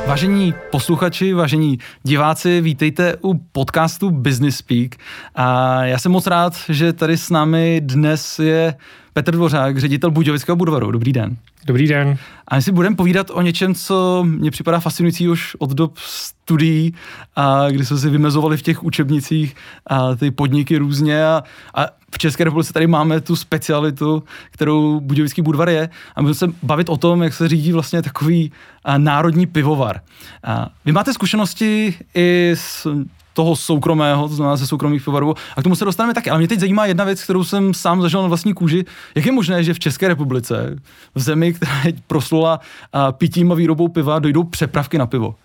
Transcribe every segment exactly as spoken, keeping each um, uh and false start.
Vážení posluchači, vážení diváci, vítejte u podcastu Business Speak. A já jsem moc rád, že tady s námi dnes je Petr Dvořák, ředitel Budějovického Budvaru. Dobrý den. Dobrý den. A my si budeme povídat o něčem, co mně připadá fascinující už od dob studií, a kdy jsme si vymezovali v těch učebnicích a ty podniky různě. A, a v České republice tady máme tu specialitu, kterou Budějovický Budvar je. A můžeme se bavit o tom, jak se řídí vlastně takový a, národní pivovar. A vy máte zkušenosti i s toho soukromého, to znamená ze soukromých pivovarů, a k tomu se dostaneme taky. Ale mě teď zajímá jedna věc, kterou jsem sám zažil na vlastní kůži. Jak je možné, že v České republice, v zemi, která je proslula pitím a výrobou piva, dojdou přepravky na pivo?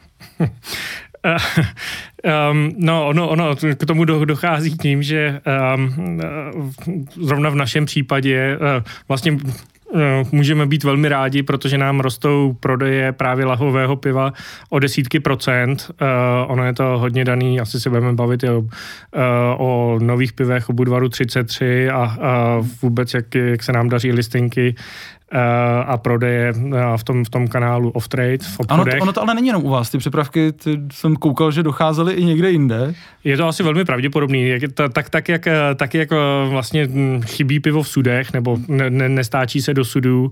Um, no, ono, ono k tomu dochází tím, že um, zrovna v našem případě uh, vlastně můžeme být velmi rádi, protože nám rostou prodeje právě lahvového piva o desítky procent. Uh, ono je to hodně daný, asi se budeme bavit o, uh, o nových pivech, o Budvaru třicet tři a uh, vůbec, jak, jak se nám daří listinky uh, a prodeje uh, v, tom, v tom kanálu off-trade, v obchodech. Ono to, ono to ale není jenom u vás, ty přepravky, ty jsem koukal, že docházely i někde jinde. Je to asi velmi pravděpodobný. Jak, tak, tak, jak, tak jak vlastně chybí pivo v sudech, nebo ne, nestáčí se do sudů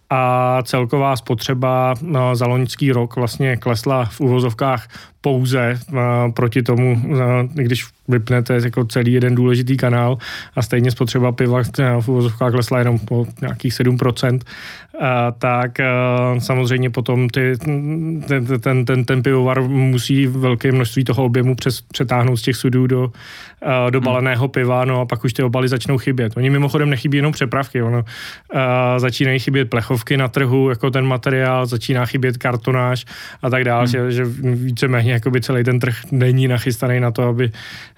a celková spotřeba no, za loňský rok vlastně klesla v uvozovkách pouze no, proti tomu, no, když vypnete jako celý jeden důležitý kanál a stejně spotřeba piva no, v uvozovkách klesla jenom po nějakých sedm procent, a, tak a, samozřejmě potom ty, ten, ten, ten, ten pivovar musí velké množství toho objemu přes, přetáhnout z těch sudů do, a, do baleného piva, no a pak už ty obaly začnou chybět. Oni mimochodem nechybí jenom přepravky, ono a, začínají chybět plechovky na trhu, jako ten materiál, začíná chybět kartonáž a tak dále, hmm. že, že víceméně jakoby celý ten trh není nachystaný na to, aby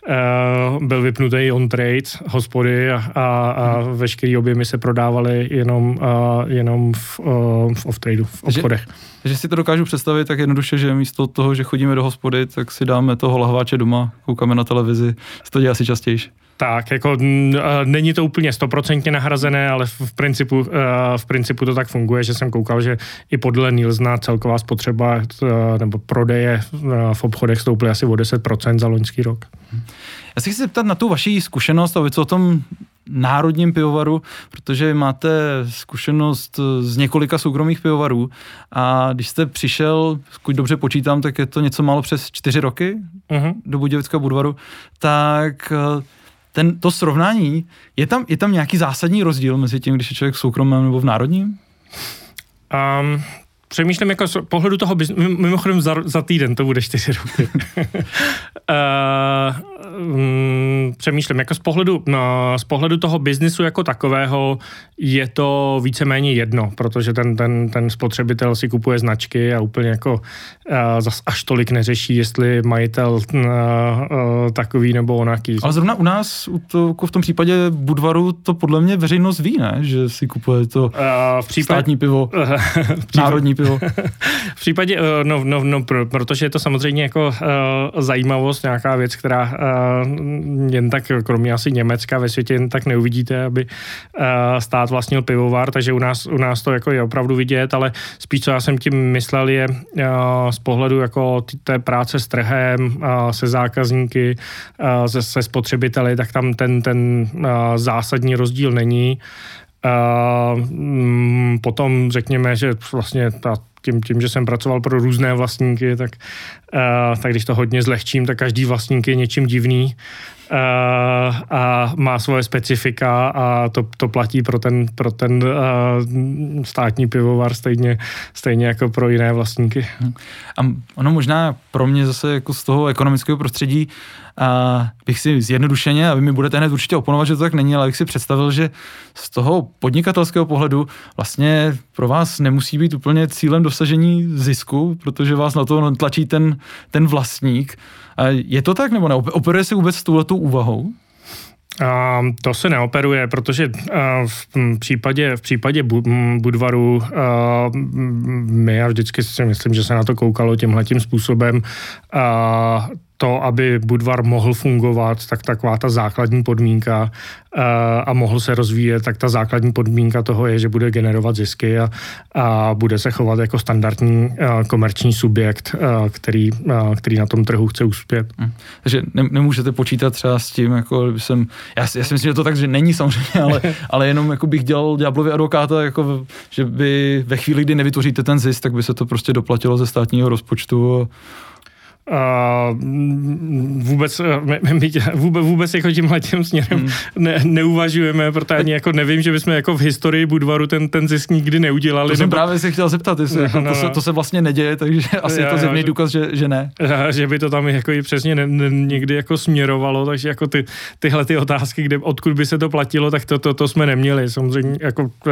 uh, byl vypnutý on-trade hospody a, a, a hmm. veškerý objemy se prodávaly jenom, uh, jenom v, uh, v off-tradeu, v obchodech. Takže si to dokážu představit tak jednoduše, že místo toho, že chodíme do hospody, tak si dáme toho lahváče doma, koukáme na televizi, se to děje asi častěji. Tak, jako není to úplně stoprocentně nahrazené, ale v principu, v principu to tak funguje, že jsem koukal, že i podle Nielsena celková spotřeba nebo prodeje v obchodech stouply asi o deset procent za loňský rok. Já se chci zeptat na tu vaši zkušenost a co o tom národním pivovaru, protože máte zkušenost z několika soukromých pivovarů a když jste přišel, pokud dobře počítám, tak je to něco málo přes čtyři roky uh-huh. do Budějovického Budvaru, tak ten, to srovnání, je tam, je tam nějaký zásadní rozdíl mezi tím, když je člověk v soukromém nebo v národním? Um, přemýšlím jako z pohledu toho biznesu, mimochodem za, za týden to bude čtyři roky. uh, um, přemýšlím, jako z pohledu, no, z pohledu toho biznesu jako takového je to víceméně jedno, protože ten, ten, ten spotřebitel si kupuje značky a úplně jako uh, zas až tolik neřeší, jestli majitel uh, uh, takový nebo onaký. Ale zrovna u nás, u to, v tom případě Budvaru, to podle mě veřejnost ví, ne? Že si kupuje to uh, v případ... státní pivo, uh, v národní pivo. V případě, no, no, no, protože je to samozřejmě jako uh, zajímavost, nějaká věc, která uh, jen tak, kromě asi Německa, ve světě jen tak neuvidíte, aby uh, stát vlastnil pivovar, takže u nás, u nás to jako je opravdu vidět, ale spíš, co já jsem tím myslel, je uh, z pohledu jako té práce s trhem, uh, se zákazníky, uh, se, se spotřebiteli, tak tam ten, ten uh, zásadní rozdíl není. Uh, potom řekněme, že vlastně ta, tím, tím, že jsem pracoval pro různé vlastníky, tak, uh, tak když to hodně zlehčím, tak každý vlastník je něčím divný uh, a má svoje specifika a to, to platí pro ten, pro ten uh, státní pivovar stejně, stejně jako pro jiné vlastníky. A ono možná pro mě zase jako z toho ekonomického prostředí a bych si zjednodušeně, a vy mi budete hned určitě oponovat, že to tak není, ale bych si představil, že z toho podnikatelského pohledu vlastně pro vás nemusí být úplně cílem dosažení zisku, protože vás na to tlačí ten, ten vlastník. A je to tak, nebo ne? Operuje se vůbec s touhletou úvahou? Uh, to se neoperuje, protože uh, v případě, v případě Budvaru uh, my, já vždycky si myslím, že se na to koukalo tímhletím způsobem, uh, to, aby Budvar mohl fungovat, tak taková ta základní podmínka a mohl se rozvíjet, tak ta základní podmínka toho je, že bude generovat zisky a, a bude se chovat jako standardní komerční subjekt, který, který na tom trhu chce uspět. Hmm. Takže ne, nemůžete počítat třeba s tím, jako jsem, já, já si myslím, že to tak, že není samozřejmě, ale, ale jenom jako bych dělal ďáblově advokáta, jako, že by ve chvíli, kdy nevytvoříte ten zisk, tak by se to prostě doplatilo ze státního rozpočtu. Uh, vůbec, my, vůbec, vůbec jako tímhle tím směrem hmm. ne, neuvažujeme, protože ani jako nevím, že bychom jako v historii Budvaru ten, ten zisk nikdy neudělali. To jsem nebo... právě se chtěl zeptat, jestli, no, jako, no, to, se, to se vlastně neděje, takže asi já, je to zjevný důkaz, že, že ne. Že by to tam jako i přesně ne, ne, někdy jako směrovalo, takže jako ty, tyhle ty otázky, kde, odkud by se to platilo, tak to, to, to jsme neměli. Samozřejmě jako uh,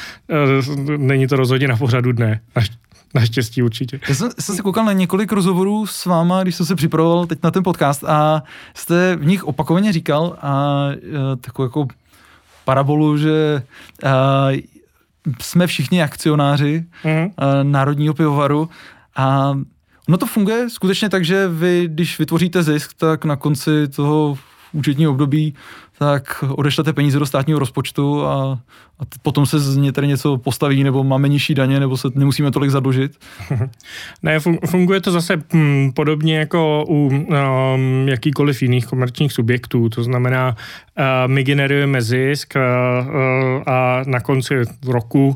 uh, není to rozhodně na pořadu dne. Naštěstí určitě. Já jsem, jsem se koukal na několik rozhovorů s váma, když jsem se připravoval teď na ten podcast a jste v nich opakovaně říkal a, a takovou jako parabolu, že a, jsme všichni akcionáři mm-hmm. a, Národního pivovaru a ono to funguje skutečně tak, že vy, když vytvoříte zisk, tak na konci toho účetního období tak odešlete peníze do státního rozpočtu a, a potom se z něj tady něco postaví, nebo máme nižší daně, nebo se nemusíme tolik zadlužit? Ne, funguje to zase hm, podobně jako u um, jakýkoliv jiných komerčních subjektů. To znamená, uh, my generujeme zisk uh, uh, a na konci roku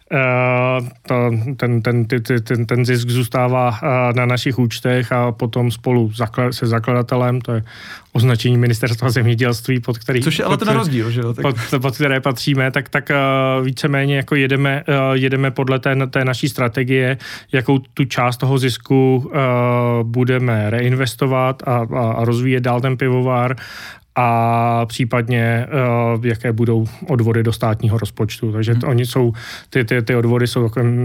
Uh, to, ten, ten, ten, ten zisk zůstává uh, na našich účtech a potom spolu zakl- se zakladatelem, to je označení Ministerstva zemědělství, pod který... Což je ale pod, ten rozdíl, že jo? Pod, pod které patříme, tak, tak uh, víceméně jako jedeme, uh, jedeme podle té, té naší strategie, jakou tu část toho zisku uh, budeme reinvestovat a, a, a rozvíjet dál ten pivovar a případně uh, jaké budou odvody do státního rozpočtu. Takže to, oni jsou, ty, ty, ty odvody jsou,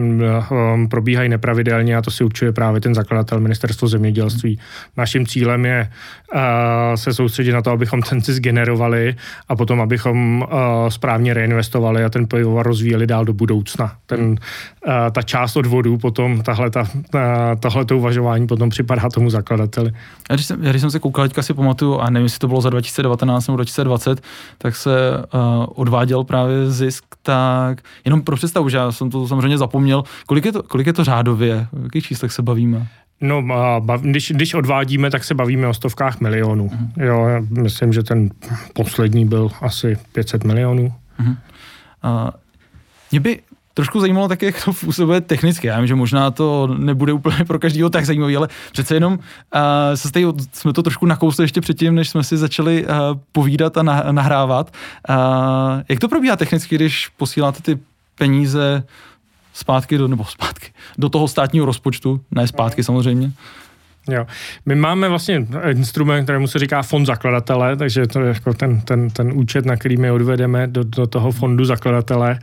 um, probíhají nepravidelně a to si určuje právě ten zakladatel Ministerstvo zemědělství. Naším cílem je uh, se soustředit na to, abychom ten zisk generovali a potom, abychom uh, správně reinvestovali a ten pivovar rozvíjeli dál do budoucna. Ten, uh, ta část odvodů potom, tahle, ta, uh, tohleto uvažování potom připadá tomu zakladateli. A když jsem, když jsem se koukal, teďka si pamatuju, a nevím, jestli to bylo za dva tisíce devatenáct nebo dva tisíce dvacet, tak se uh, odváděl právě zisk, tak jenom pro představu, že já jsem to samozřejmě zapomněl, kolik je to, kolik je to řádově, o jakých číslech se bavíme? No, bav, když, když odvádíme, tak se bavíme o stovkách milionů. Uh-huh. Jo, já myslím, že ten poslední byl asi pět set milionů. Uh-huh. Uh, mě by trošku zajímalo taky, jak to působuje technicky. Já vím, že možná to nebude úplně pro každého tak zajímavý, ale přece jenom uh, se tady, jsme to trošku nakousli ještě předtím, než jsme si začali uh, povídat a na, nahrávat. Uh, jak to probíhá technicky, když posíláte ty peníze zpátky do, nebo zpátky, do toho státního rozpočtu, ne zpátky samozřejmě? Jo. My máme vlastně instrument, kterému se říká fond zakladatele, takže to je jako ten, ten, ten účet, na který my odvedeme do, do toho fondu zakladatele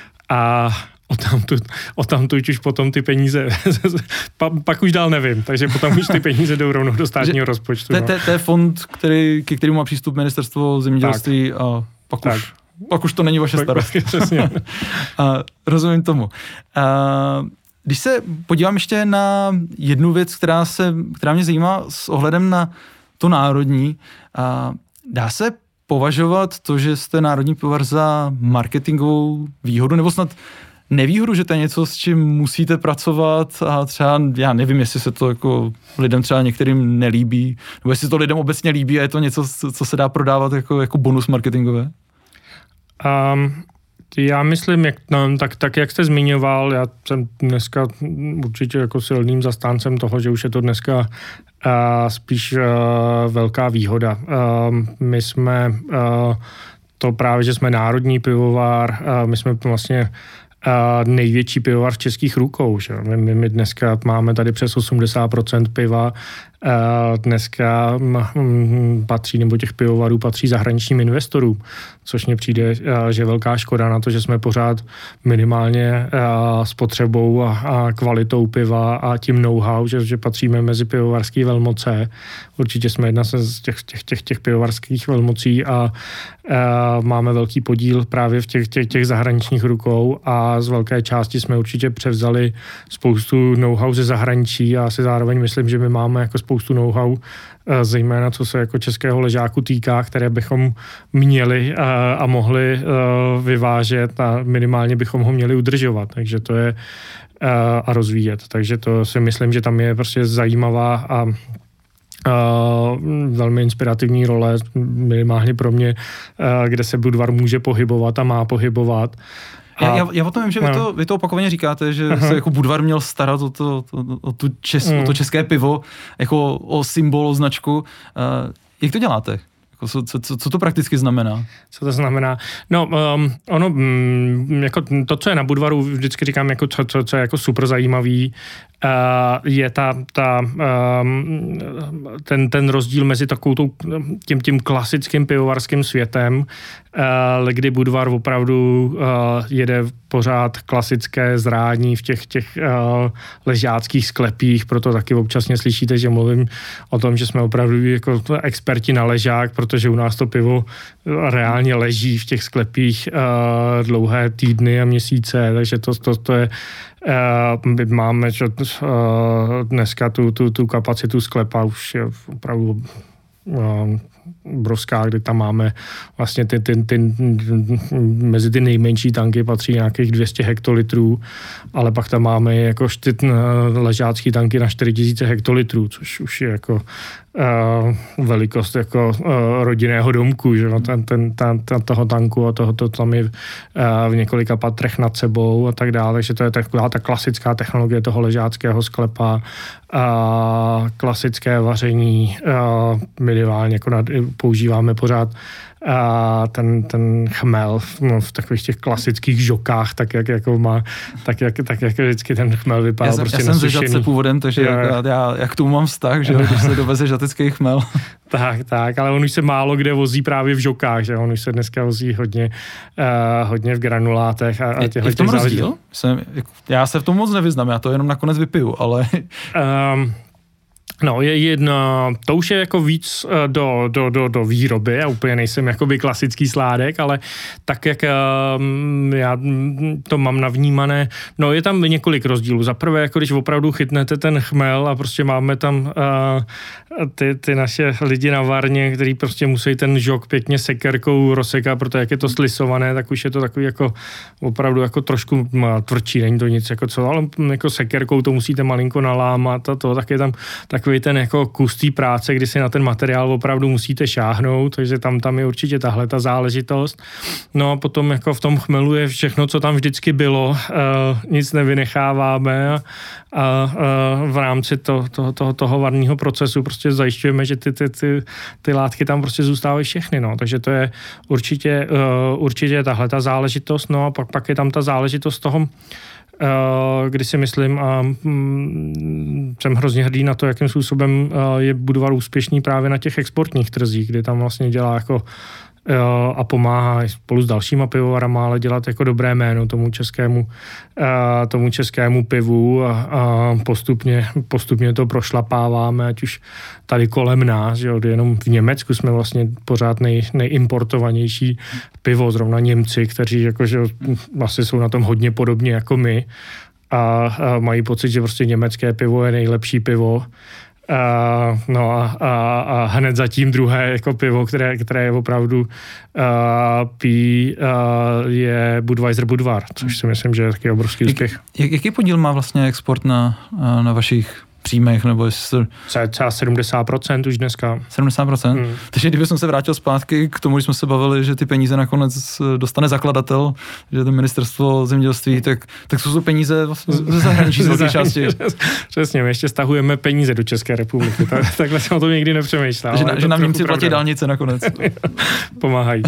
a odtamtud, odtamtud už potom ty peníze, pa, pak už dál nevím, takže potom už ty peníze jdou rovnou do státního rozpočtu. To, no. to, to je fond, který, ke kterému má přístup Ministerstvo zemědělství tak. a pak tak. už... Pak už to není vaše starost. A rozumím tomu. A když se podívám ještě na jednu věc, která, se, která mě zajímá s ohledem na to národní, a dá se považovat to, že jste národní pivovar za marketingovou výhodu, nebo snad nevýhodu, že to je něco, s čím musíte pracovat a třeba, já nevím, jestli se to jako lidem třeba některým nelíbí, nebo jestli to lidem obecně líbí a je to něco, co se dá prodávat jako, jako bonus marketingové? Um, já myslím, jak, no, tak, tak jak jste zmiňoval, já jsem dneska určitě jako silným zastáncem toho, že už je to dneska uh, spíš uh, velká výhoda. Uh, my jsme uh, to právě, že jsme národní pivovar, uh, my jsme vlastně Uh, největší pivovar v českých rukou. Že? My, my dneska máme tady přes osmdesát procent piva. Uh, dneska um, patří, nebo těch pivovarů patří zahraničním investorům, což mně přijde, uh, že je velká škoda na to, že jsme pořád minimálně uh, spotřebou a, a kvalitou piva a tím know-how, že, že patříme mezi pivovarský velmoce. Určitě jsme jedna z těch, těch, těch, těch pivovarských velmocí a uh, máme velký podíl právě v těch, těch, těch zahraničních rukou a z velké části jsme určitě převzali spoustu know-how ze zahraničí a si zároveň myslím, že my máme jako spoustu know-how, zejména co se jako českého ležáku týká, které bychom měli a mohli vyvážet a minimálně bychom ho měli udržovat. Takže to je a rozvíjet. Takže to si myslím, že tam je prostě zajímavá a uh, velmi inspirativní role, minimálně pro mě, uh, kde se Budvar může pohybovat a má pohybovat. A, já, já, já o tom vím, že no. vy, to, vy to opakovaně říkáte, že uh-huh. se jako Budvar měl starat o to, to, o tu čes, mm. o to české pivo, jako o symbol, o značku. Uh, jak to děláte? Co, co, co to prakticky znamená? Co to znamená? No, um, ono, um, jako to, co je na Budvaru, vždycky říkám, jako co, co, co je jako super zajímavý, uh, je ta, ta, um, ten, ten rozdíl mezi takovou tím, tím klasickým pivovarským světem, uh, kdy Budvar opravdu uh, jede pořád klasické zrání v těch, těch uh, ležáckých sklepích, proto taky občasně slyšíte, že mluvím o tom, že jsme opravdu jako experti na ležák, protože u nás to pivo reálně leží v těch sklepích uh, dlouhé týdny a měsíce, takže to, to, to je uh, máme čo, uh, dneska tu, tu, tu kapacitu sklepa už je opravdu uh, obrovská, kdy tam máme vlastně ty, ty, ty, mezi ty nejmenší tanky patří nějakých dvě stě hektolitrů, ale pak tam máme jako štyt ležácký tanky na čtyři tisíce hektolitrů, což už je jako uh, velikost jako uh, rodinného domku, že no, ten, ten, ten, ten, toho tanku a toho to tam je uh, v několika patrech nad sebou a tak dále, takže to je taková ta klasická technologie toho ležáckého sklepa, uh, klasické vaření, uh, minimálně jako nad, používáme pořád a ten, ten chmel v, no, v takových těch klasických žokách, tak jak jako má, tak jak, tak jak vždycky ten chmel vypadá já prostě já nasušený. Já jsem ze Žatce původem, takže já, já, já, jak k tomu mám vztah, že když se doveze žatecký chmel. Tak, tak, ale on už se málo kde vozí právě v žokách, že on už se dneska vozí hodně, uh, hodně v granulátech a, a těchto je v tom rozdíl? Jsem, já se v tom moc nevyznám, já to jenom nakonec vypiju, ale... Um, No, je jedno, to už je jako víc do, do, do, do výroby, já úplně nejsem jakoby klasický sládek, ale tak, jak um, já to mám navnímané, no je tam několik rozdílů. Za prvé, jako když opravdu chytnete ten chmel a prostě máme tam uh, ty, ty naše lidi na varně, který prostě musí ten žok pěkně sekerkou rozsekat, protože jak je to slisované, tak už je to takový jako opravdu jako trošku tvrdší, není to nic jako co, ale jako sekerkou to musíte malinko nalámat a to, tak je tam tak takový ten jako kus té práce, kdy si na ten materiál opravdu musíte šáhnout, takže tam, tam je určitě tahle ta záležitost. No a potom jako v tom chmelu je všechno, co tam vždycky bylo, uh, nic nevynecháváme a, a uh, v rámci to, to, to, toho varního procesu prostě zajišťujeme, že ty, ty, ty, ty látky tam prostě zůstávají všechny, no. Takže to je určitě, uh, určitě tahle ta záležitost, no a pak, pak je tam ta záležitost toho, kdy si myslím a mm, jsem hrozně hrdý na to, jakým způsobem je Budvar úspěšný právě na těch exportních trzích, kdy tam vlastně dělá jako a pomáhá spolu s dalšíma pivovarama, ale dělat jako dobré jméno tomu českému, tomu českému pivu a, a postupně, postupně to prošlapáváme, ať už tady kolem nás, že jo, jenom v Německu jsme vlastně pořád nej, nejimportovanější pivo, zrovna Němci, kteří jakože vlastně jsou na tom hodně podobně jako my a, a mají pocit, že prostě německé pivo je nejlepší pivo. Uh, no a, a, a hned zatím druhé jako pivo, které, které je opravdu uh, pí, uh, je Budweiser Budvar, což si myslím, že je taky obrovský úspěch. Jak, jaký podíl má vlastně export na, na vašich příjmech, nebo jestli... Třeba sedmdesát procent už dneska. sedmdesát procent? Hmm. Takže kdyby jsem se vrátil zpátky k tomu, když jsme se bavili, že ty peníze nakonec dostane zakladatel, že to ministerstvo zemědělství, tak, tak jsou to peníze vlastně ze zahraničí z velké části. Přesně, my ještě stahujeme peníze do České republiky. Tak, takhle jsem o tom nikdy nepřemýšlel. Že, na, že nám Němci platí dálnice nakonec. Pomáhají.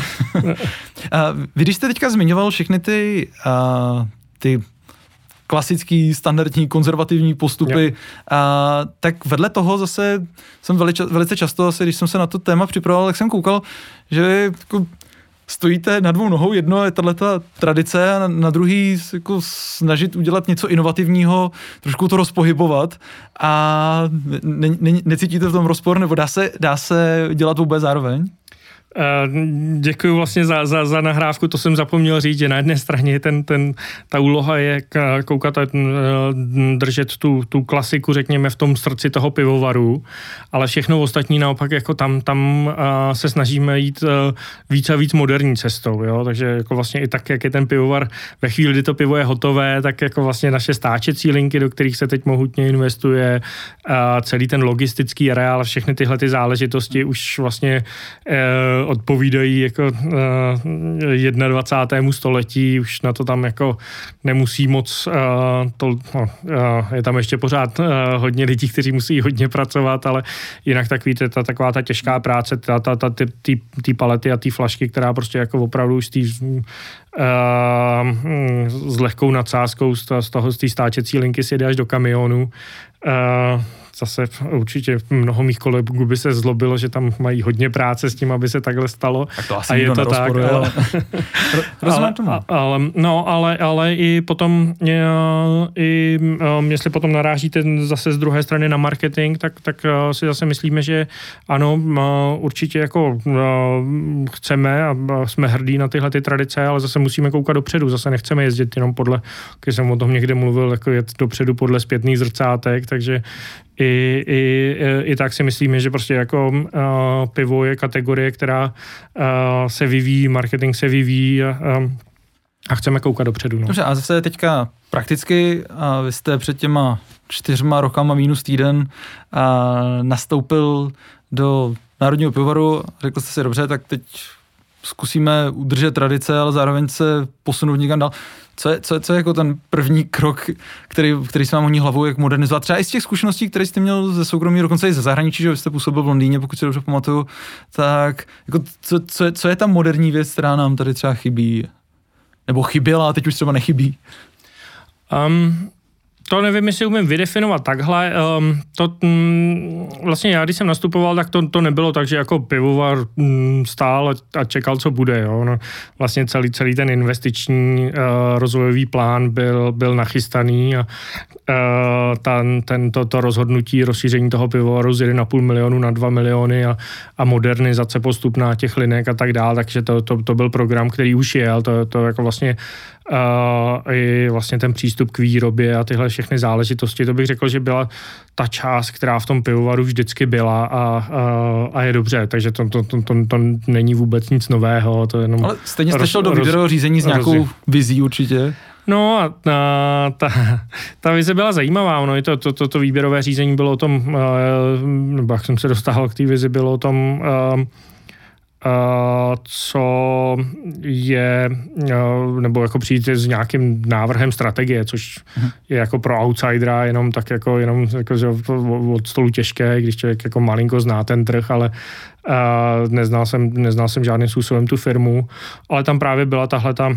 A vy, když jste teďka zmiňoval všechny ty, a, ty klasický, standardní, konzervativní postupy. A, tak vedle toho zase jsem velice, velice často, asi, když jsem se na to téma připravoval, tak jsem koukal, že jako stojíte na dvou nohou, jedno je tato tradice a na, na druhý jako snažit udělat něco inovativního, trošku to rozpohybovat a ne, ne, necítíte v tom rozpor, nebo dá se, dá se dělat vůbec zároveň? Děkuji vlastně za, za, za nahrávku, to jsem zapomněl říct, že na jedné straně ten, ten, ta úloha je koukat a držet tu, tu klasiku, řekněme, v tom srdci toho pivovaru, ale všechno ostatní naopak jako tam, tam se snažíme jít víc a víc moderní cestou, jo? Takže jako vlastně i tak, jak je ten pivovar ve chvíli, kdy to pivo je hotové, tak jako vlastně naše stáčecí linky, do kterých se teď mohutně investuje, celý ten logistický areál, všechny tyhle ty záležitosti už vlastně odpovídají jako uh, dvacátému prvnímu století, už na to tam jako nemusí moc, uh, to, no, uh, je tam ještě pořád uh, hodně lidí, kteří musí hodně pracovat, ale jinak tak víte, ta taková ta těžká práce, ta, ta, ta, ty, ty, ty palety a ty flašky, která prostě jako opravdu už tý, uh, s lehkou nadsázkou z toho, z té stáčecí linky si jde až do kamionu. Uh, Zase určitě mnoho mých kolegů by se zlobilo, že tam mají hodně práce s tím, aby se takhle stalo. Tak to asi a je to tak. Ale... ale, ale, no, ale, ale i potom, i, jestli potom narážíte zase z druhé strany na marketing, tak, tak si zase myslíme, že ano, určitě jako chceme a jsme hrdí na tyhle ty tradice, ale zase musíme koukat dopředu. Zase nechceme jezdit jenom podle, když jsem o tom někde mluvil, jako jet dopředu podle zpětných zrcátek, takže I, i, i tak si myslíme, že prostě jako uh, pivo je kategorie, která uh, se vyvíjí, marketing se vyvíjí a, a chceme koukat dopředu. No. Dobře, a zase teďka prakticky, a vy jste před těma čtyřma rokama minus týden a nastoupil do Národního pivovaru, řekl jste si dobře, tak teď zkusíme udržet tradice, ale zároveň se posunout někam dál. Co je, co, je, co je jako ten první krok, který, který se vám honí hlavou, jak modernizovat? Třeba i z těch zkušeností, které jste měl ze soukromí, dokonce i ze zahraničí, že jste působil v Londýně, pokud si dobře pamatuju, tak jako co, co, je, co je ta moderní věc, která nám tady třeba chybí? Nebo chyběla a teď už třeba nechybí? Um, to nevím, jestli umím vydefinovat takhle. Um, to, um, vlastně já, když jsem nastupoval, tak to, to nebylo tak, že jako pivovar um, stál a, a čekal, co bude. Jo? No, vlastně celý, celý ten investiční uh, rozvojový plán byl, byl nachystaný a uh, ten, ten, to, to rozhodnutí rozšíření toho pivovaru z jedna a půl milionu na dva miliony a, a modernizace postupná těch linek a tak dále, takže to, to, to byl program, který už jel. To, to jako vlastně Uh, i vlastně ten přístup k výrobě a tyhle všechny záležitosti, to bych řekl, že byla ta část, která v tom pivovaru vždycky byla a, a, a je dobře, takže to, to, to, to, to není vůbec nic nového. To jenom ale stejně jste šel do výběrového řízení s nějakou roz... vizí určitě. No a, a ta, ta vize byla zajímavá, no i to, to, to, to výběrové řízení bylo o tom, nebo jak jsem se dostal k té vizi, bylo o tom, uh, Uh, co je, uh, nebo jako přijít s nějakým návrhem strategie, což uh-huh. je jako pro outsidera jenom tak jako, jenom jako, že od stolu těžké, když člověk jako malinko zná ten trh, ale uh, neznal jsem, neznal jsem žádným způsobem tu firmu, ale tam právě byla tahleta, uh,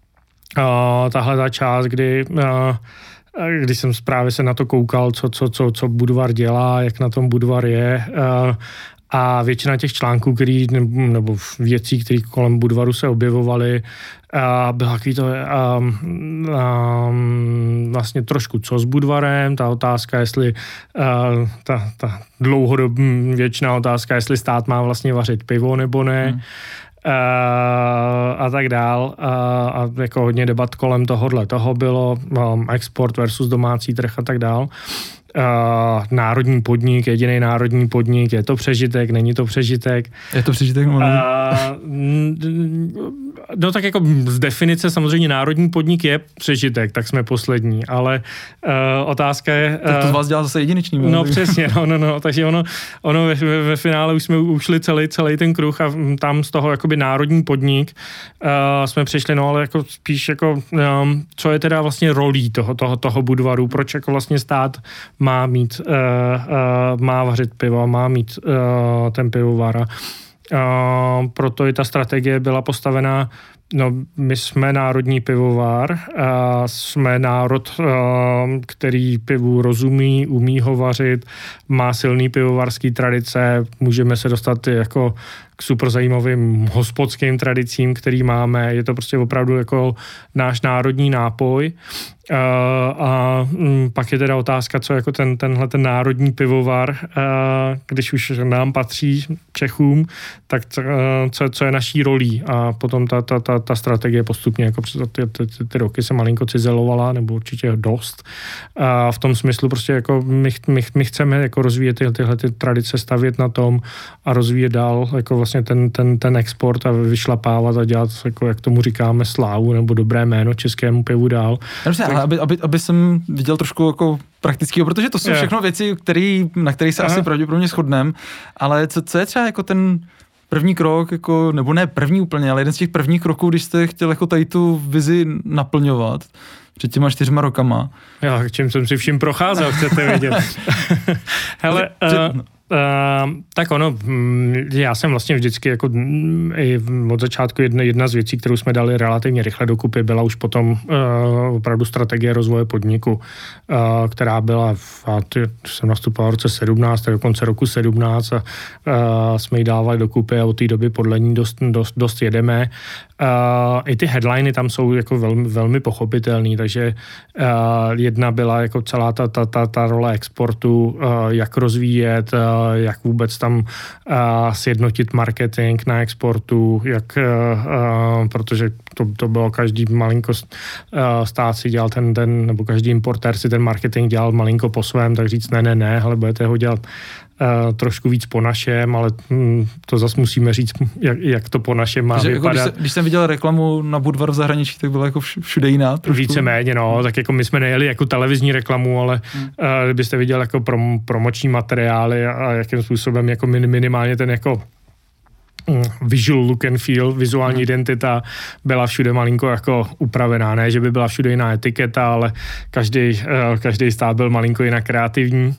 tahleta část, kdy uh, když jsem právě se na to koukal, co, co, co, co Budvar dělá, jak na tom Budvar je, uh, a většina těch článků, který, nebo věcí, které kolem Budvaru se objevovaly, byla takový to um, um, vlastně trošku co s Budvarem, ta otázka, jestli uh, ta, ta dlouhodobá většiná otázka, jestli stát má vlastně vařit pivo nebo ne. Hmm. Uh, a tak dál. Uh, a jako hodně debat kolem tohohle. Toho bylo um, export versus domácí trh a tak dál. Uh, národní podnik, jediný národní podnik, je to přežitek, není to přežitek. Je to přežitek? Uh, no tak jako z definice samozřejmě národní podnik je přežitek, tak jsme poslední, ale uh, otázka je... Uh, tak to z vás dělá zase jedinečný. No, no přesně, no, no, no, takže ono, ono ve, ve, ve finále už jsme ušli celý, celý ten kruh a tam z toho jakoby národní podnik uh, jsme přišli, no ale jako spíš jako, um, co je teda vlastně rolí toho, toho, toho Budvaru, proč jako vlastně stát má mít, uh, uh, má vařit pivo, má mít uh, ten pivovar. Uh, proto i ta strategie byla postavená, no my jsme národní pivovar, uh, jsme národ, uh, který pivu rozumí, umí ho vařit, má silný pivovarský tradice, můžeme se dostat jako k super zajímavým hospodským tradicím, který máme. Je to prostě opravdu jako náš národní nápoj. Uh, a um, pak je teda otázka, co jako ten, tenhle ten národní pivovar, uh, když už nám patří Čechům, tak uh, co, co je naší rolí. A potom ta, ta, ta, ta strategie postupně jako přes ty, ty, ty, ty roky se malinko cizelovala, nebo určitě dost. A v tom smyslu prostě jako my, my, my chceme jako rozvíjet ty, tyhle ty tradice, stavět na tom a rozvíjet dál jako vlastně ten, ten, ten export a vyšlapávat a dělat, jako, jak tomu říkáme, slávu nebo dobré jméno českému pivu dál. Dobře, ale aby, aby, aby jsem viděl trošku jako praktického, protože to jsou yeah. všechno věci, který, na kterých se Aha. asi pravděpodobně shodneme, ale co, co je třeba jako ten první krok, jako, nebo ne první úplně, ale jeden z těch prvních kroků, když jste chtěl jako tady tu vizi naplňovat před těma čtyřma rokama. Já, čím jsem si vším procházel, chcete vědět. Hele, uh, uh, tak ono, já jsem vlastně vždycky jako i od začátku jedna, jedna z věcí, kterou jsme dali relativně rychle dokupy, byla už potom uh, opravdu strategie rozvoje podniku, uh, která byla, v, jsem nastupoval v roce sedmnáct, do konce roku sedmnáct a uh, jsme ji dávali dokupy a od té doby podle ní dost, dost, dost jedeme. Uh, I ty headliny tam jsou jako velmi, velmi pochopitelný, takže uh, jedna byla jako celá ta, ta, ta, ta role exportu, uh, jak rozvíjet, uh, jak vůbec tam uh, sjednotit marketing na exportu, jak, uh, uh, protože to, to bylo každý malinko uh, stát si dělal ten, ten, nebo každý importér si ten marketing dělal malinko po svém, tak říct ne, ne, ne, ale budete ho dělat Uh, trošku víc po našem, ale hm, to zase musíme říct, jak, jak to po našem má Takže vypadat. Jako když, když jsem viděl reklamu na Budvar v zahraničí, tak byla jako všude jiná. Trošku. Víceméně, no, tak jako my jsme nejeli jako televizní reklamu, ale hmm. uh, kdybyste viděl jako prom, promoční materiály a, a jakým způsobem jako min, minimálně ten jako visual look and feel, vizuální hmm. identita byla všude malinko jako upravená, ne, že by byla všude jiná etiketa, ale každý, uh, každý stát byl malinko jinak kreativní.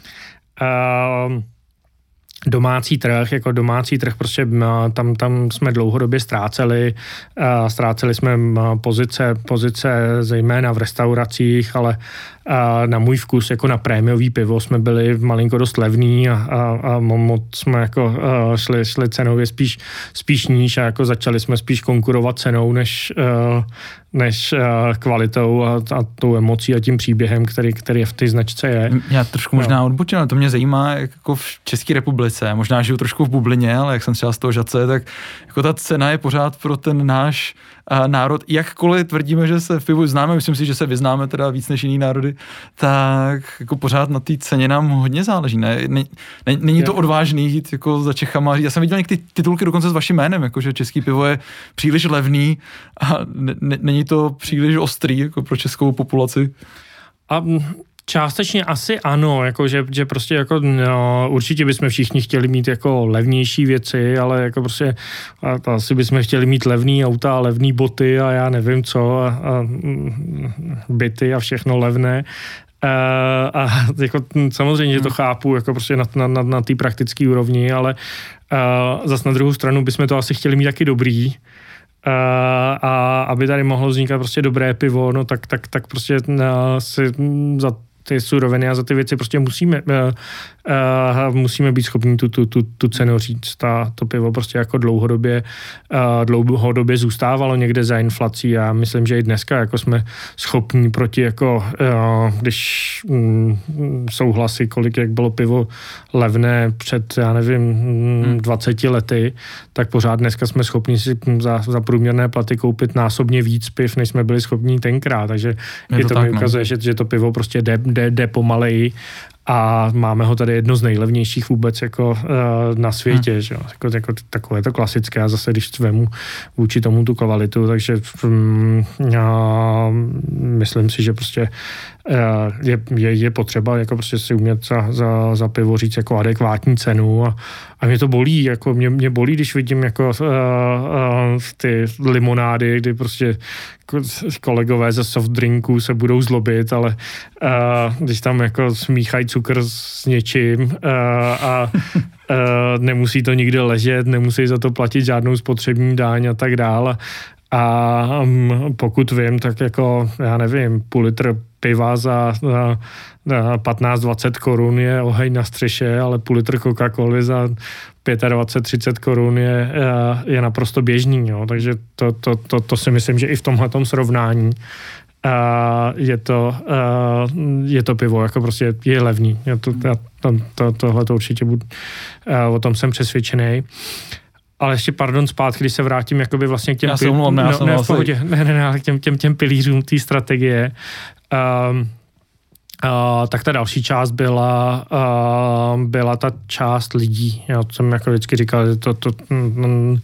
Uh, domácí trh, jako domácí trh, prostě tam, tam jsme dlouhodobě ztráceli, uh, ztráceli jsme pozice, pozice zejména v restauracích, ale uh, na můj vkus, jako na prémiový pivo jsme byli malinko dost levný a, a, a moc jsme jako uh, šli, šli cenově spíš, spíš níž a jako začali jsme spíš konkurovat cenou, než uh, než uh, kvalitou a, a tou emocí a tím příběhem, který, který v té značce je. Já trošku možná no. odbočím, ale to mě zajímá, jak jako v České republice, možná žiju trošku v bublině, ale jak jsem třeba z toho Žadce, tak jako ta cena je pořád pro ten náš uh, národ, jakkoliv tvrdíme, že se v pivu známe, myslím si, že se vyznáme teda víc než jiný národy, tak jako pořád na té ceně nám hodně záleží, ne? ne, ne není to odvážný jít jako za Čechama. Já jsem viděl některé titulky dokonce s vaším jménem, jako že český pivo je příliš levný a ne, ne, není to příliš ostrý jako pro českou populaci. A částečně asi ano, jako že, že prostě jako no, určitě bychom všichni chtěli mít jako levnější věci, ale jako prostě a, asi bychom chtěli mít levný auta, levný boty a já nevím co a, a byty a všechno levné. Uh, a jako samozřejmě, že to chápu jako prostě na, na, na, na té praktické úrovni, ale uh, zas na druhou stranu bychom to asi chtěli mít taky dobrý. Uh, a aby tady mohlo vznikat prostě dobré pivo, no tak, tak, tak prostě uh, si za ty suroviny a za ty věci prostě musíme, uh, uh, musíme být schopni tu, tu, tu, tu cenu říct. A to pivo prostě jako dlouhodobě, uh, dlouhodobě zůstávalo někde za inflací a myslím, že i dneska jako jsme schopni proti jako, uh, když um, souhlasí, kolik jak bylo pivo levné před, já nevím, hmm. dvaceti lety, tak pořád dneska jsme schopni si za, za průměrné platy koupit násobně víc piv, než jsme byli schopni tenkrát. Takže je, je to, to tak, mi ukazuje, no. že, že to pivo prostě jde, jde, jde pomaleji a máme ho tady jedno z nejlevnějších vůbec jako uh, na světě, hmm. že? Jako, jako takové to klasické a zase když vemu vůči tomu tu kvalitu, takže um, já myslím si, že prostě uh, je, je, je potřeba jako prostě si umět za, za, za pivo říct jako adekvátní cenu a, a mě to bolí, jako mě, mě bolí, když vidím jako uh, uh, ty limonády, kdy prostě kolegové ze soft drinků se budou zlobit, ale uh, když tam jako smíchají cukr s něčím uh, a uh, nemusí to nikde ležet, nemusí za to platit žádnou spotřební daň a tak dále. A um, pokud vím, tak jako, já nevím, půl litr piva za, za, za patnáct dvacet korun je oheň na střeše, ale půl litr Coca-Coly za dvacet pět třicet korun je, je naprosto běžný. Jo. Takže to, to, to, to si myslím, že i v tomhletom srovnání je to, je to pivo, jako prostě je levný. Já to, já to, to, tohle to určitě budu, o tom jsem přesvědčený. Ale ještě, pardon, zpátky, když se vrátím jakoby vlastně k těm... Já se omlouvám, no, já jsem ne, vlastně... v pohodě, ne, ne, ne, ale k těm, těm, těm pilířům té strategie. Um, Uh, tak ta další část byla, uh, byla ta část lidí. Já jsem jako vždycky říkal, že to, to, uh,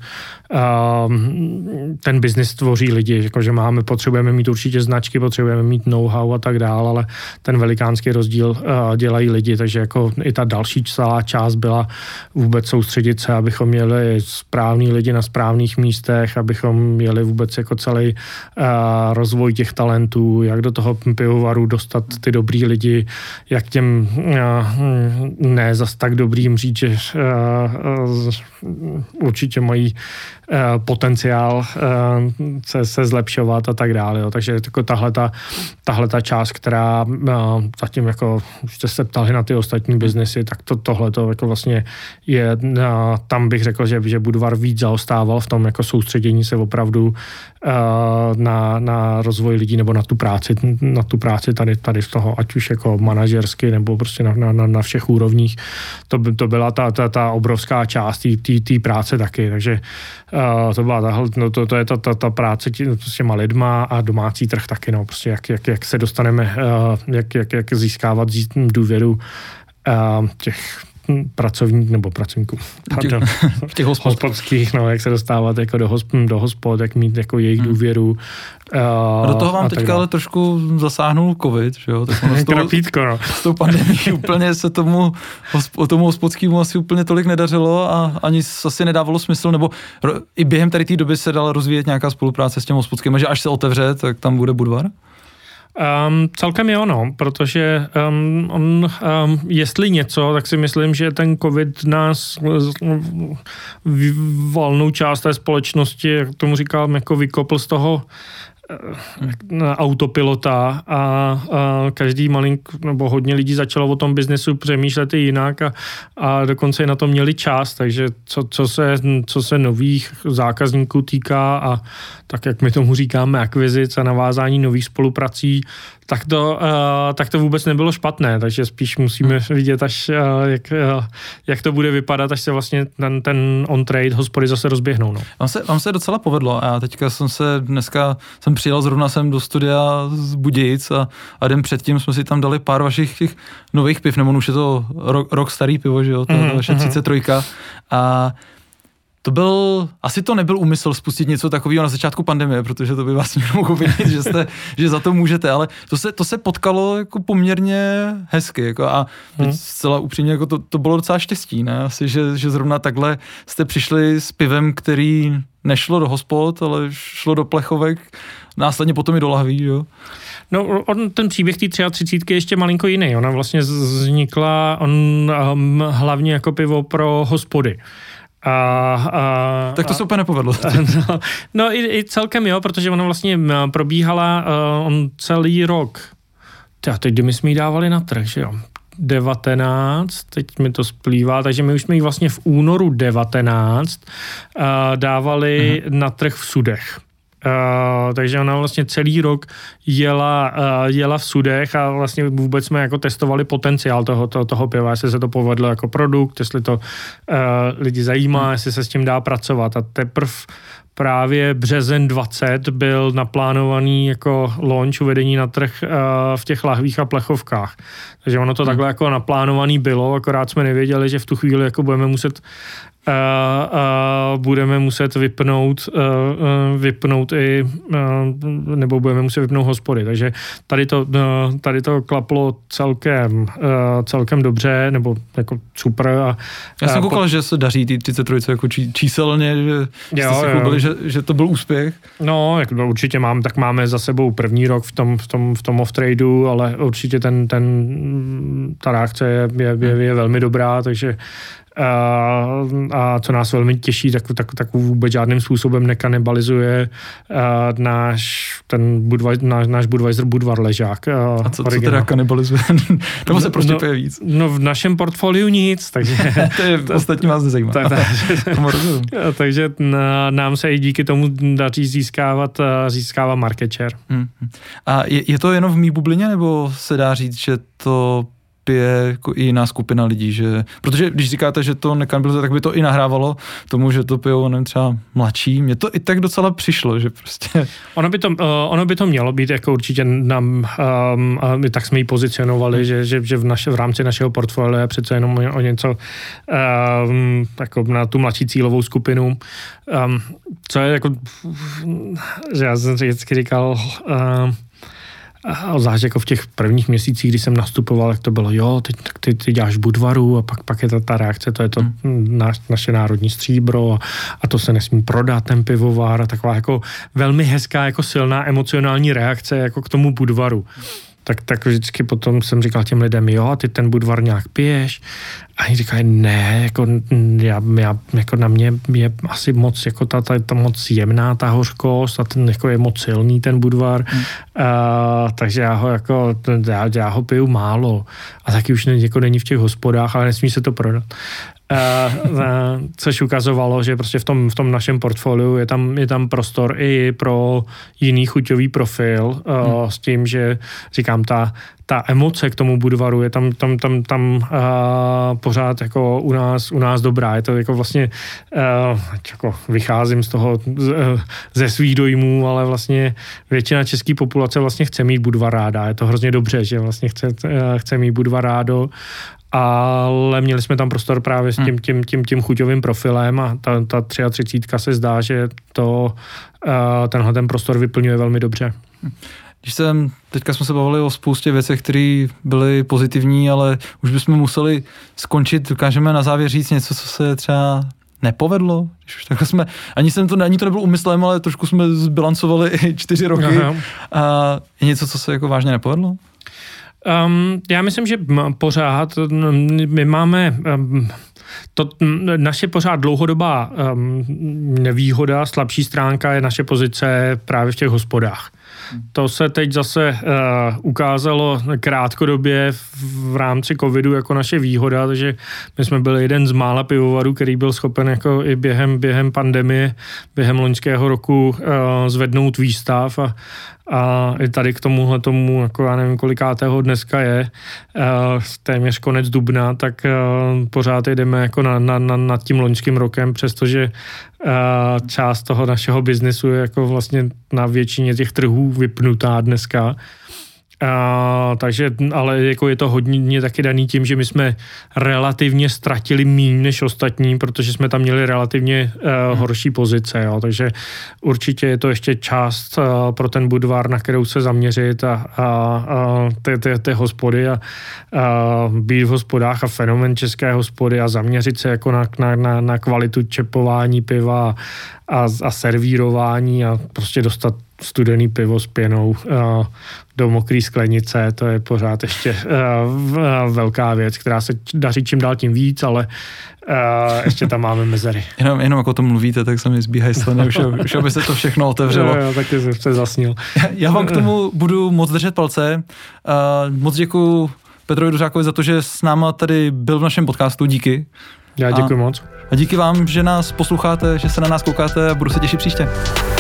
ten biznis tvoří lidi, jako, že máme, potřebujeme mít určitě značky, potřebujeme mít know-how a tak dál, ale ten velikánský rozdíl uh, dělají lidi, takže jako i ta další celá část byla vůbec soustředit se, abychom měli správný lidi na správných místech, abychom měli vůbec jako celý uh, rozvoj těch talentů, jak do toho pivovaru dostat ty dobrý lidi, jak těm uh, ne zas tak dobrým říct, že uh, uh, určitě mají uh, potenciál uh, se, se zlepšovat a tak dále. Jo. Takže jako tahle ta, tahle ta část, která uh, zatím jako, už jste se ptali na ty ostatní biznesy, tak to, tohle to jako vlastně je, uh, tam bych řekl, že, že Budvar víc zaostával v tom jako soustředění se opravdu uh, na, na rozvoj lidí nebo na tu práci, na tu práci tady, tady z toho, ať už jako manažersky nebo prostě na, na, na všech úrovních. To, to byla ta, ta, ta obrovská část té práce taky, takže uh, to byla tahle, no to, to je ta, ta, ta práce tě, s těma lidma a domácí trh taky, no prostě jak, jak, jak se dostaneme, uh, jak, jak, jak získávat zí, důvěru uh, těch pracovník nebo pracovníků. Pardon. V těch hospod. hospodských, no, jak se dostávat jako do, hosp, do hospod, jak mít jako jejich hmm. důvěru. Uh, a do toho vám teďka ale trošku zasáhnul covid, že jo? Tak s, tou, Trapítko, no. s tou pandemí úplně se tomu, tomu hospodskému asi úplně tolik nedařilo a ani asi nedávalo smysl, nebo i během tady té doby se dala rozvíjet nějaká spolupráce s těm hospodským, že až se otevře, tak tam bude Budvar? Um, celkem jo, no, protože um, on, um, jestli něco, tak si myslím, že ten covid nás valnou část té společnosti, jak tomu říkám, jako vykopl z toho uh, autopilota a, a každý malink, nebo hodně lidí začalo o tom biznesu přemýšlet i jinak a, a dokonce i na to měli čas, takže co, co, se, co se nových zákazníků týká a tak, jak my tomu říkáme, akvizic a navázání nových spoluprací, tak to, uh, tak to vůbec nebylo špatné, takže spíš musíme vidět, až uh, jak, uh, jak to bude vypadat, až se vlastně ten, ten on-trade hospody zase rozběhnou. No. Vám se, vám se docela povedlo a já teďka jsem se dneska, jsem přijel zrovna sem do studia z Budějic a, a den předtím jsme si tam dali pár vašich těch nových piv, nebo už je to rok, rok starý pivo, že jo, to mm-hmm. vaše třicet tři a to byl, asi to nebyl úmysl spustit něco takového na začátku pandemie, protože to by vás někdo mohl vidět, že, jste, že za to můžete, ale to se, to se potkalo jako poměrně hezky jako a hmm. zcela upřímně jako to, to bylo docela štěstí, ne? Asi, že, že zrovna takhle jste přišli s pivem, který nešlo do hospod, ale šlo do plechovek, následně potom i do lahví, jo? No, on, ten příběh té třicítky je ještě malinko jiný. Ona vlastně vznikla on, um, hlavně jako pivo pro hospody. A, a, tak to se úplně nepovedlo. No, no i, i celkem jo, protože ona vlastně probíhala uh, on celý rok. Teda teď, kdy my jsme ji dávali na trh, že jo? devatenáct, teď mi to splývá, takže my už jsme ji vlastně v únoru devatenáct uh, dávali uh-huh. na trh v Sudech. Uh, takže ona vlastně celý rok jela, uh, jela v Sudech a vlastně vůbec jsme jako testovali potenciál toho, toho, toho piva, jestli se to povedlo jako produkt, jestli to uh, lidi zajímá, hmm. jestli se s tím dá pracovat a teprv právě březen dvacet byl naplánovaný jako launch, uvedení na trh uh, v těch lahvích a plechovkách. Takže ono to hmm. takhle jako naplánovaný bylo, akorát jsme nevěděli, že v tu chvíli jako budeme muset Uh, uh, budeme muset vypnout, uh, uh, vypnout i, uh, nebo budeme muset vypnout hospody. Takže tady to, uh, tady to klaplo celkem, uh, celkem dobře, nebo jako super. A, Já jsem uh, koukal, po... že se daří ty třicet tři jako čí, číselně, že jste si koukali, že, že to byl úspěch. No, jak určitě mám, tak máme za sebou první rok v tom, v tom, v tom off-tradu, ale určitě ten, ten, ta reakce je, je, je, je velmi dobrá, takže a co nás velmi těší, tak, tak, tak vůbec žádným způsobem nekanibalizuje náš, ten Budweiser, náš, náš Budweiser Budvar ležák. A co, co teda kanibalizuje? Nebo se prostě no, pije víc? No v našem portfoliu nic, takže... to je ostatní vás nezajímá. tak, tak, takže nám se i díky tomu daří získávat, získávat market share. Hmm. A je, je to jenom v mý bublině, nebo se dá říct, že to pije jako i jiná skupina lidí, že, protože když říkáte, že to nekanibalizuje, tak by to i nahrávalo tomu, že to pijou, nevím, třeba mladší. Mně to i tak docela přišlo, že prostě... Ono by to, uh, ono by to mělo být, jako určitě nám, um, my tak jsme ji pozicionovali, hmm. že, že, že v, naše, v rámci našeho portfolia je přece jenom o, o něco um, jako na tu mladší cílovou skupinu. Um, co je jako, že já jsem vždycky říkal, uh, a zvlášť jako v těch prvních měsících, kdy jsem nastupoval, jak to bylo, jo, ty, ty, ty děláš Budvaru a pak, pak je ta, ta reakce, to je to hmm. naš, naše národní stříbro a, a to se nesmí prodat, ten pivovar a taková jako velmi hezká, jako silná emocionální reakce jako k tomu Budvaru. Tak, tak vždycky potom jsem říkal těm lidem, jo, ty ten Budvar nějak piješ. A oni říkají, ne, jako, já, já, jako na mě je asi moc, jako ta, ta, ta moc jemná ta hořkost a ten jako je moc silný ten Budvar. Hmm. Uh, takže já ho jako, já, já ho piju málo. A taky už ne, jako není v těch hospodách, ale nesmí se to prodat. Uh, uh, což ukazovalo, že prostě v tom, v tom našem portfoliu je tam, je tam prostor i pro jiný chuťový profil uh, hmm. s tím, že říkám, ta, ta emoce k tomu Budvaru je tam, tam, tam, tam uh, pořád jako u nás, u nás dobrá. Je to jako vlastně, uh, jako vycházím z toho z, ze svých dojmů, ale vlastně většina české populace vlastně chce mít Budvar ráda. Je to hrozně dobře, že vlastně chce, uh, chce mít Budvar rádo. Ale měli jsme tam prostor právě s tím, tím, tím, tím chuťovým profilem a ta, ta třicítka se zdá, že to, tenhle ten prostor vyplňuje velmi dobře. Když jsem, teďka jsme se bavili o spoustě věcech, které byly pozitivní, ale už bychom museli skončit, dokážeme na závěr říct něco, co se třeba nepovedlo. Takhle jsme, ani, jsem to, ani to nebylo úmyslem, ale trošku jsme zbilancovali i čtyři roky. Aha. A je něco, co se jako vážně nepovedlo? Um, já myslím, že pořád my máme um, to, naše pořád dlouhodobá um, nevýhoda, slabší stránka je naše pozice právě v těch hospodách. To se teď zase uh, ukázalo krátkodobě v, v rámci covidu jako naše výhoda, takže my jsme byli jeden z mála pivovarů, který byl schopen jako i během, během pandemie, během loňského roku uh, zvednout výstav a, a i tady k tomuhle tomu, jako já nevím, kolikátého dneska je, uh, téměř konec dubna, tak uh, pořád jdeme jako na, na, na, nad tím loňským rokem, přestože uh, část toho našeho biznesu je jako vlastně na většině těch trhů vypnutá dneska. Uh, takže, ale jako je to hodně taky daný tím, že my jsme relativně ztratili míň než ostatní, protože jsme tam měli relativně uh, horší pozice, jo. Takže určitě je to ještě část uh, pro ten Budvar, na kterou se zaměřit a, a, a ty, ty, ty hospody a, a být v hospodách a fenomén české hospody a zaměřit se jako na, na, na, na kvalitu čepování piva a, a servírování a prostě dostat studený pivo s pěnou uh, do mokrý sklenice, to je pořád ještě uh, velká věc, která se daří čím dál tím víc, ale uh, ještě tam máme mezery. Jenom, jenom jako o tom mluvíte, tak se mi zbíhají sliny, už, už aby se to všechno otevřelo. Jo, jo, taky jsem se zasnil. Já, já vám k tomu budu moc držet palce. Uh, moc děkuju Petrovi Dvořákovi za to, že s náma tady byl v našem podcastu, díky. Já děkuji a, moc. A díky vám, že nás posloucháte, že se na nás koukáte a budu se těšit příště.